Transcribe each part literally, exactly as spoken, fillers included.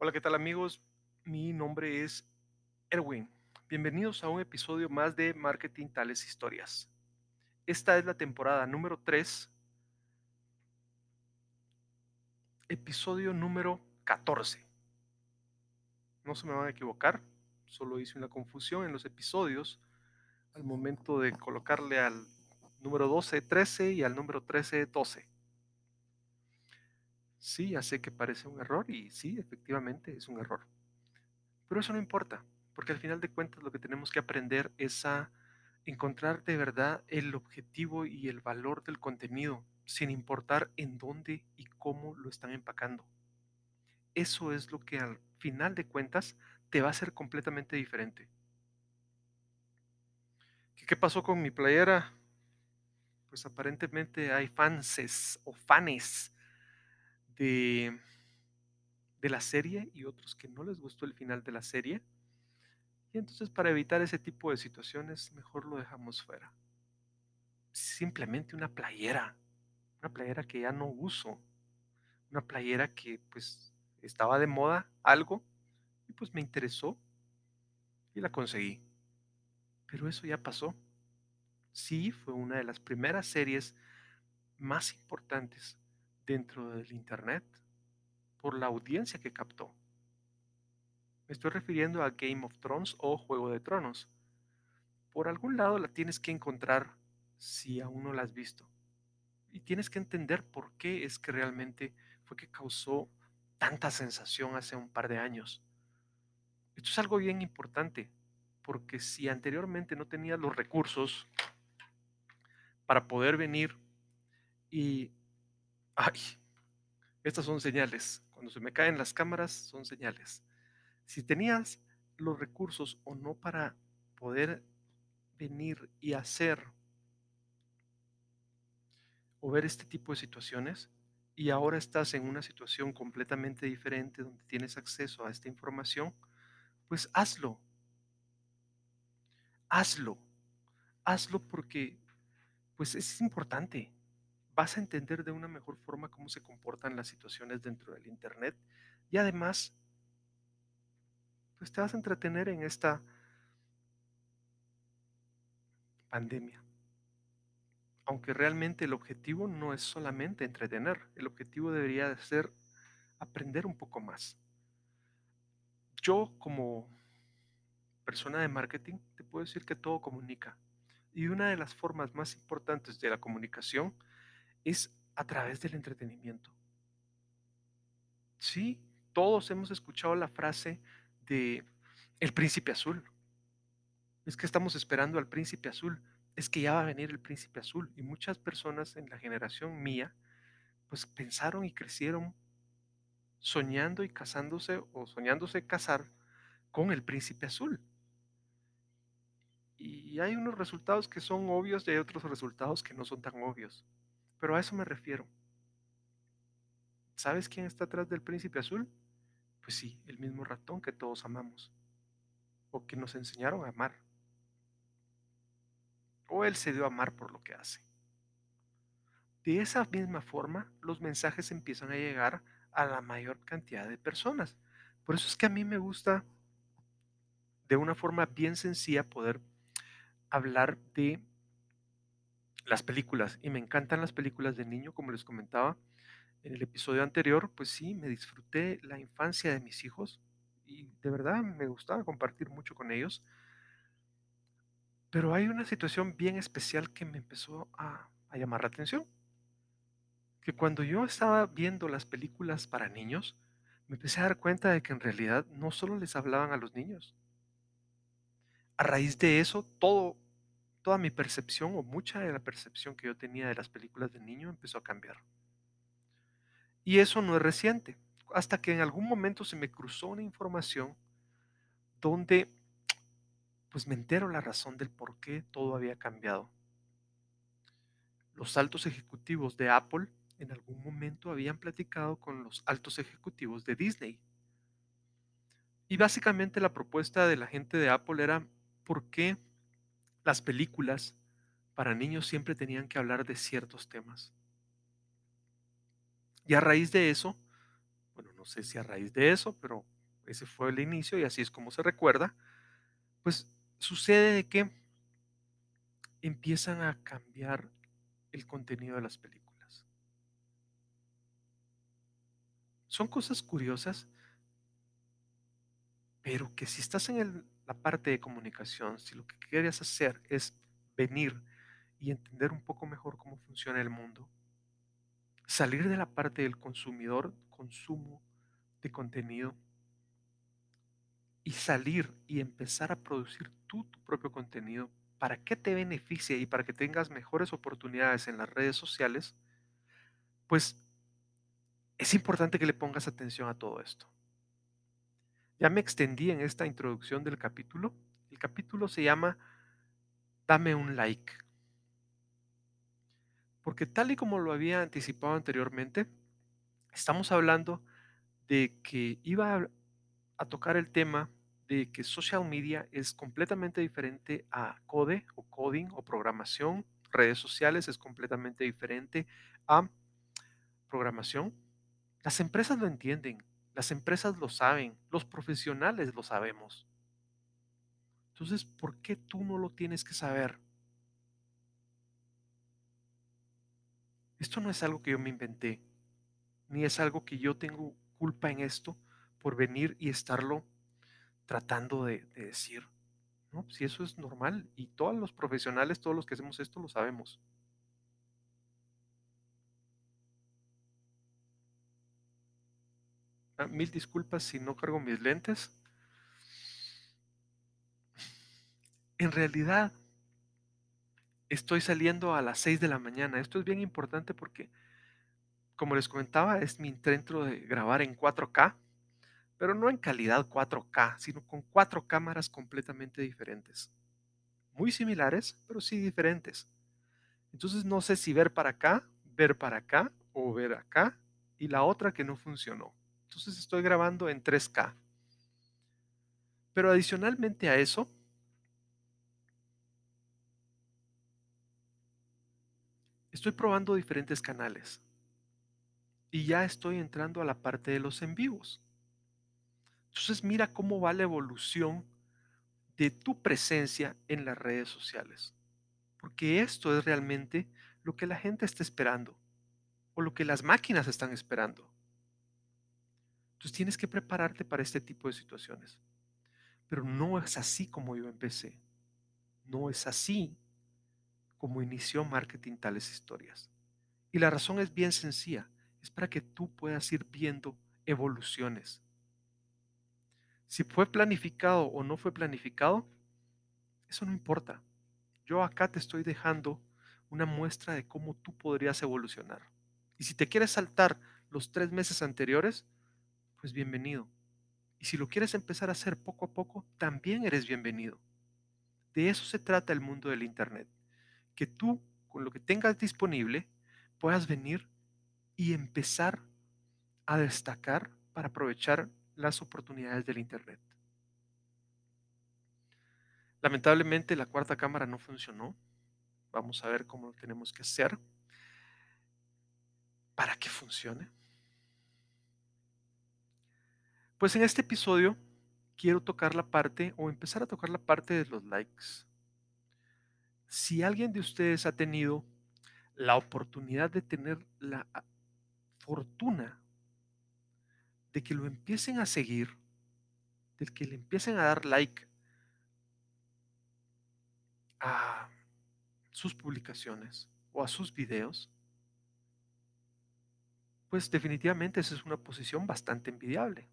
Hola, ¿qué tal amigos? Mi nombre es Erwin. Bienvenidos a un episodio más de Marketing Tales Historias. Esta es la temporada número tres, episodio número catorce. No se me van a equivocar, solo hice una confusión en los episodios al momento de colocarle al número doce, trece y al número trece, doce. Sí, ya sé que parece un error y sí, efectivamente es un error. Pero eso no importa, porque al final de cuentas lo que tenemos que aprender es a encontrar de verdad el objetivo y el valor del contenido, sin importar en dónde y cómo lo están empacando. Eso es lo que al final de cuentas te va a hacer completamente diferente. ¿Qué, qué pasó con mi playera? Pues aparentemente hay fanses o fanes de, de la serie y otros que no les gustó el final de la serie. Y entonces para evitar ese tipo de situaciones, mejor lo dejamos fuera. Simplemente una playera, una playera que ya no uso, una playera que pues estaba de moda, algo, y pues me interesó y la conseguí. Pero eso ya pasó. Sí, fue una de las primeras series más importantes dentro del Internet por la audiencia que captó. Me estoy refiriendo a Game of Thrones o Juego de Tronos. Por algún lado la tienes que encontrar si aún no la has visto. Y tienes que entender por qué es que realmente fue que causó tanta sensación hace un par de años. Esto es algo bien importante, porque si anteriormente no tenías los recursos para poder venir y, ay, estas son señales. Cuando se me caen las cámaras son señales. Si tenías los recursos o no para poder venir y hacer o ver este tipo de situaciones, y ahora estás en una situación completamente diferente donde tienes acceso a esta información, pues hazlo, hazlo, hazlo porque pues es importante. Vas a entender de una mejor forma cómo se comportan las situaciones dentro del Internet y además pues te vas a entretener en esta pandemia. Aunque realmente el objetivo no es solamente entretener, el objetivo debería de ser aprender un poco más. Yo como persona de marketing, te puedo decir que todo comunica. Y una de las formas más importantes de la comunicación es a través del entretenimiento. Sí, todos hemos escuchado la frase de el príncipe azul. Es que estamos esperando al príncipe azul. Es que ya va a venir el príncipe azul. Y muchas personas en la generación mía, pues pensaron y crecieron soñando y casándose o soñándose casar con el príncipe azul. Y hay unos resultados que son obvios y hay otros resultados que no son tan obvios. Pero a eso me refiero. ¿Sabes quién está atrás del príncipe azul? Pues sí, el mismo ratón que todos amamos o que nos enseñaron a amar. O él se dio a amar por lo que hace. De esa misma forma, los mensajes empiezan a llegar a la mayor cantidad de personas. Por eso es que a mí me gusta de una forma bien sencilla poder hablar de las películas. Y me encantan las películas de niño, como les comentaba en el episodio anterior, pues sí, me disfruté la infancia de mis hijos y de verdad me gustaba compartir mucho con ellos. Pero hay una situación bien especial que me empezó a, a llamar la atención, que cuando yo estaba viendo las películas para niños, me empecé a dar cuenta de que en realidad no solo les hablaban a los niños. A raíz de eso, todo, toda mi percepción o mucha de la percepción que yo tenía de las películas de niño empezó a cambiar. Y eso no es reciente, hasta que en algún momento se me cruzó una información donde pues me entero la razón del por qué todo había cambiado. Los altos ejecutivos de Apple en algún momento habían platicado con los altos ejecutivos de Disney. Y básicamente la propuesta de la gente de Apple era por qué las películas para niños siempre tenían que hablar de ciertos temas. Y a raíz de eso, bueno, no sé si a raíz de eso, pero ese fue el inicio y así es como se recuerda, pues sucede de que empiezan a cambiar el contenido de las películas. Son cosas curiosas, pero que si estás en el- la parte de comunicación, si lo que quieres hacer es venir y entender un poco mejor cómo funciona el mundo, salir de la parte del consumidor, consumo de contenido, y salir y empezar a producir tú tu propio contenido para que te beneficie y para que tengas mejores oportunidades en las redes sociales, pues es importante que le pongas atención a todo esto. Ya me extendí en esta introducción del capítulo. El capítulo se llama Dame un like, porque tal y como lo había anticipado anteriormente, estamos hablando de que iba a a tocar el tema de que social media es completamente diferente a code o coding o programación. Redes sociales es completamente diferente a programación. Las empresas lo entienden, las empresas lo saben, los profesionales lo sabemos. Entonces, ¿por qué tú no lo tienes que saber? Esto no es algo que yo me inventé, ni es algo que yo tengo culpa en esto por venir y estarlo tratando de, de decir. No, si eso es normal y todos los profesionales, todos los que hacemos esto lo sabemos. Ah, mil disculpas si no cargo mis lentes. En realidad, estoy saliendo a las seis de la mañana. Esto es bien importante porque, como les comentaba, es mi intento de grabar en cuatro K, pero no en calidad cuatro K, sino con cuatro cámaras completamente diferentes. Muy similares, pero sí diferentes. Entonces no sé si ver para acá, ver para acá o ver acá y la otra que no funcionó. Entonces estoy grabando en tres K. Pero adicionalmente a eso, estoy probando diferentes canales y ya estoy entrando a la parte de los en vivos. Entonces mira cómo va la evolución de tu presencia en las redes sociales, porque esto es realmente lo que la gente está esperando o lo que las máquinas están esperando. Entonces tienes que prepararte para este tipo de situaciones, pero no es así como yo empecé, no es así como inició Marketing Tales Historias. Y la razón es bien sencilla, es para que tú puedas ir viendo evoluciones. Si fue planificado o no fue planificado, eso no importa. Yo acá te estoy dejando una muestra de cómo tú podrías evolucionar. Y si te quieres saltar los tres meses anteriores, pues bienvenido. Y si lo quieres empezar a hacer poco a poco, también eres bienvenido. De eso se trata el mundo del Internet. Que tú, con lo que tengas disponible, puedas venir y empezar a destacar para aprovechar las oportunidades del Internet. Lamentablemente la cuarta cámara no funcionó. Vamos a ver cómo lo tenemos que hacer para que funcione. Pues en este episodio quiero tocar la parte o empezar a tocar la parte de los likes. Si alguien de ustedes ha tenido la oportunidad de tener la ah, fortuna de que lo empiecen a seguir, de que le empiecen a dar like a sus publicaciones o a sus videos, pues definitivamente esa es una posición bastante envidiable.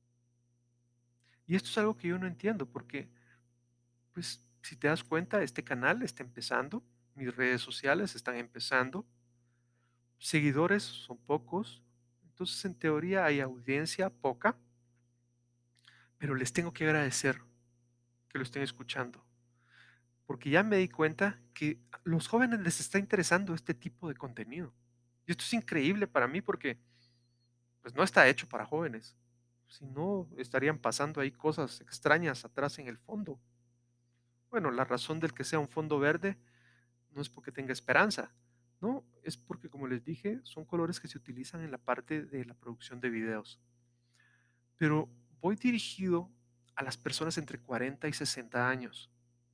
Y esto es algo que yo no entiendo porque, pues, si te das cuenta, este canal está empezando, mis redes sociales están empezando, seguidores son pocos, entonces en teoría hay audiencia poca, pero les tengo que agradecer que lo estén escuchando, porque ya me di cuenta que a los jóvenes les está interesando este tipo de contenido. Y esto es increíble para mí porque pues no está hecho para jóvenes. Si no, estarían pasando ahí cosas extrañas atrás en el fondo. Bueno, la razón del que sea un fondo verde no es porque tenga esperanza, no, es porque, como les dije, son colores que se utilizan en la parte de la producción de videos. Pero voy dirigido a las personas entre cuarenta y sesenta años,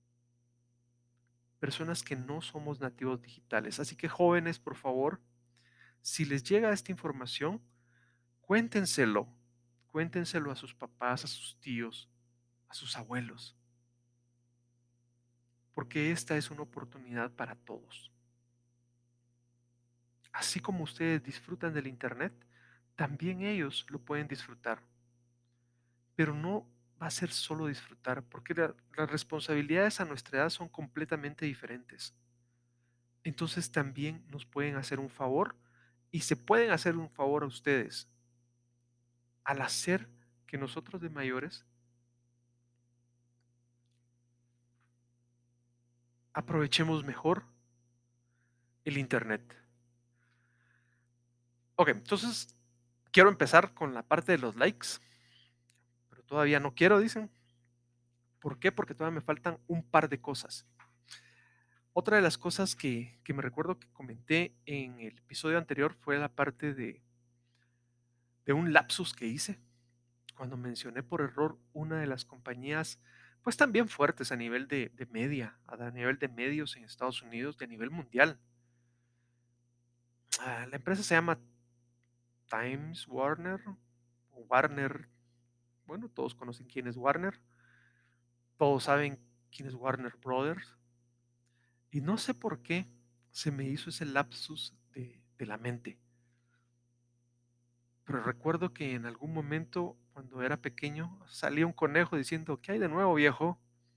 personas que no somos nativos digitales. Así que jóvenes, por favor, si les llega esta información, cuéntenselo, cuéntenselo a sus papás, a sus tíos, a sus abuelos, porque esta es una oportunidad para todos. Así como ustedes disfrutan del Internet, también ellos lo pueden disfrutar. Pero no va a ser solo disfrutar, porque la- las responsabilidades a nuestra edad son completamente diferentes. Entonces también nos pueden hacer un favor y se pueden hacer un favor a ustedes al hacer que nosotros de mayores aprovechemos mejor el Internet. Ok, entonces quiero empezar con la parte de los likes, pero todavía no quiero, dicen. ¿Por qué? Porque todavía me faltan un par de cosas. Otra de las cosas que, que me recuerdo que comenté en el episodio anterior fue la parte de, de un lapsus que hice cuando mencioné por error una de las compañías, pues también fuertes a nivel de, de media, a nivel de medios en Estados Unidos, de nivel mundial. Ah, la empresa se llama Times Warner, o Warner, bueno, todos conocen quién es Warner, todos saben quién es Warner Brothers, y no sé por qué se me hizo ese lapsus de, de la mente. Pero recuerdo que en algún momento, cuando era pequeño, salía un conejo diciendo, ¿qué hay de nuevo, viejo?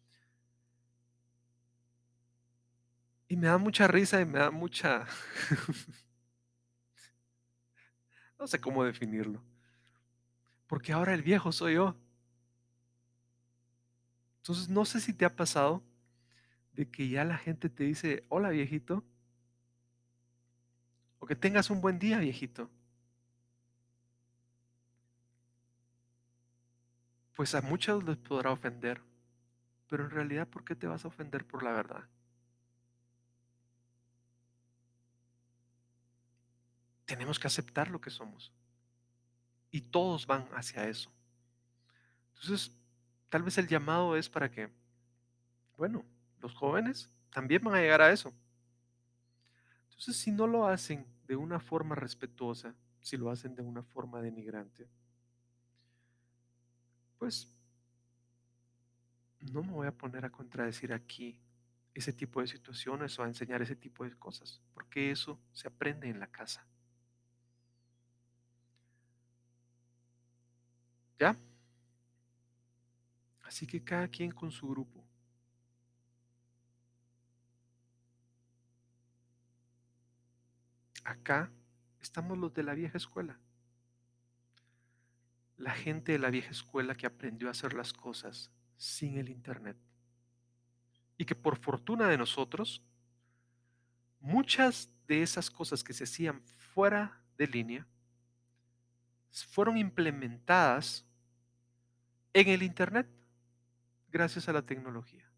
Y me da mucha risa y me da mucha, no sé cómo definirlo, porque ahora el viejo soy yo. Entonces, no sé si te ha pasado de que ya la gente te dice, hola, viejito, o que tengas un buen día, viejito. Pues a muchos les podrá ofender, pero en realidad, ¿por qué te vas a ofender por la verdad? Tenemos que aceptar lo que somos y todos van hacia eso. Entonces, tal vez el llamado es para que, bueno, los jóvenes también van a llegar a eso. Entonces, si no lo hacen de una forma respetuosa, si lo hacen de una forma denigrante, pues no me voy a poner a contradecir aquí ese tipo de situaciones o a enseñar ese tipo de cosas, porque eso se aprende en la casa. ¿Ya? Así que cada quien con su grupo. Acá estamos los de la vieja escuela, la gente de la vieja escuela que aprendió a hacer las cosas sin el Internet. Y que por fortuna de nosotros, muchas de esas cosas que se hacían fuera de línea fueron implementadas en el Internet gracias a la tecnología.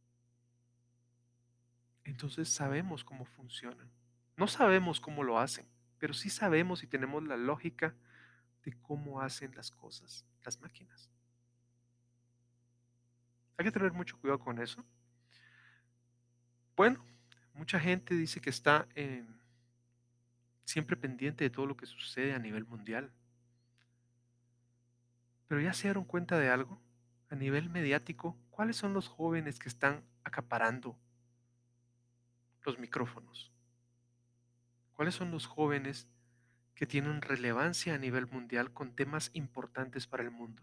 Entonces sabemos cómo funcionan. No sabemos cómo lo hacen, pero sí sabemos y tenemos la lógica de cómo hacen las cosas las máquinas. Hay que tener mucho cuidado con eso. Bueno, mucha gente dice que está en- siempre pendiente de todo lo que sucede a nivel mundial, pero ya se dieron cuenta de algo. A nivel mediático, ¿cuáles son los jóvenes que están acaparando los micrófonos? ¿Cuáles son los jóvenes que tienen relevancia a nivel mundial con temas importantes para el mundo?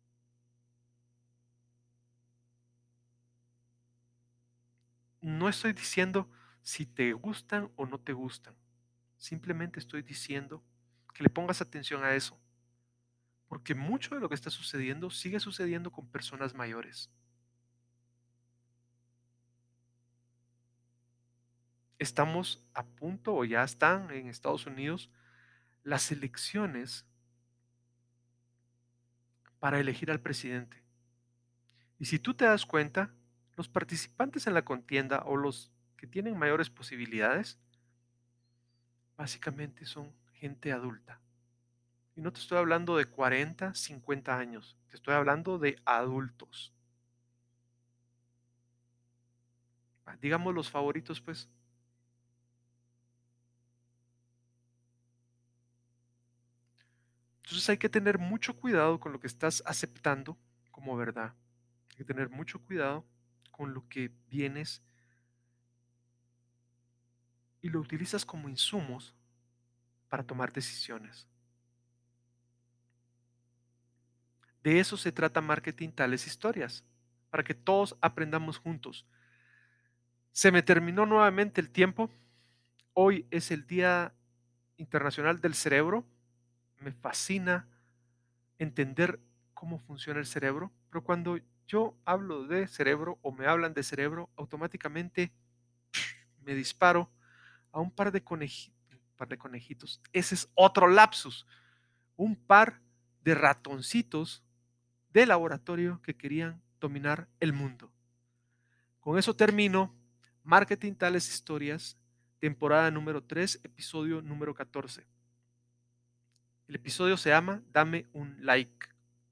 No estoy diciendo si te gustan o no te gustan. Simplemente estoy diciendo que le pongas atención a eso, porque mucho de lo que está sucediendo sigue sucediendo con personas mayores. Estamos a punto o ya están en Estados Unidos las elecciones para elegir al presidente. Y si tú te das cuenta, los participantes en la contienda o los que tienen mayores posibilidades, básicamente son gente adulta. Y no te estoy hablando de cuarenta, cincuenta años, te estoy hablando de adultos. Ah, digamos los favoritos, pues. Entonces hay que tener mucho cuidado con lo que estás aceptando como verdad. Hay que tener mucho cuidado con lo que vienes y lo utilizas como insumos para tomar decisiones. De eso se trata marketing tales historias, para que todos aprendamos juntos. Se me terminó nuevamente el tiempo. Hoy es el Día Internacional del Cerebro. Me fascina entender cómo funciona el cerebro, pero cuando yo hablo de cerebro o me hablan de cerebro, automáticamente me disparo a un par de, coneji- par de conejitos. Ese es otro lapsus. Un par de ratoncitos de laboratorio que querían dominar el mundo. Con eso termino Marketing Tales Historias, temporada número tres, episodio número catorce. El episodio se llama Dame un like.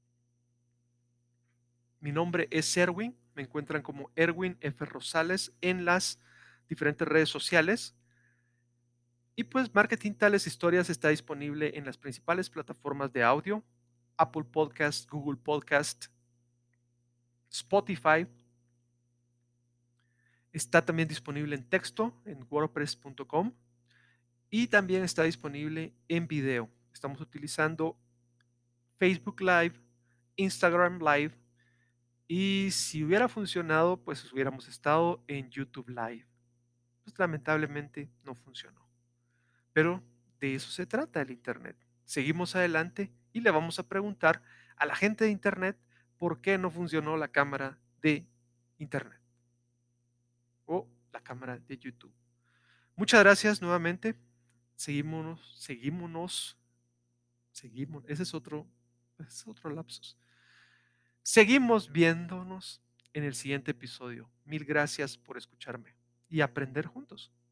Mi nombre es Erwin, me encuentran como Erwin F. Rosales en las diferentes redes sociales. Y pues Marketing Tales Historias está disponible en las principales plataformas de audio, Apple Podcast, Google Podcast, Spotify. Está también disponible en texto en wordpress punto com y también está disponible en video. Estamos utilizando Facebook Live, Instagram Live y si hubiera funcionado, pues hubiéramos estado en YouTube Live. Pues lamentablemente no funcionó. Pero de eso se trata el Internet. Seguimos adelante y le vamos a preguntar a la gente de Internet por qué no funcionó la cámara de Internet o la cámara de YouTube. Muchas gracias nuevamente. Seguímonos, seguímonos, seguimos. Ese es otro, ese es otro lapsus. Seguimos viéndonos en el siguiente episodio. Mil gracias por escucharme y aprender juntos.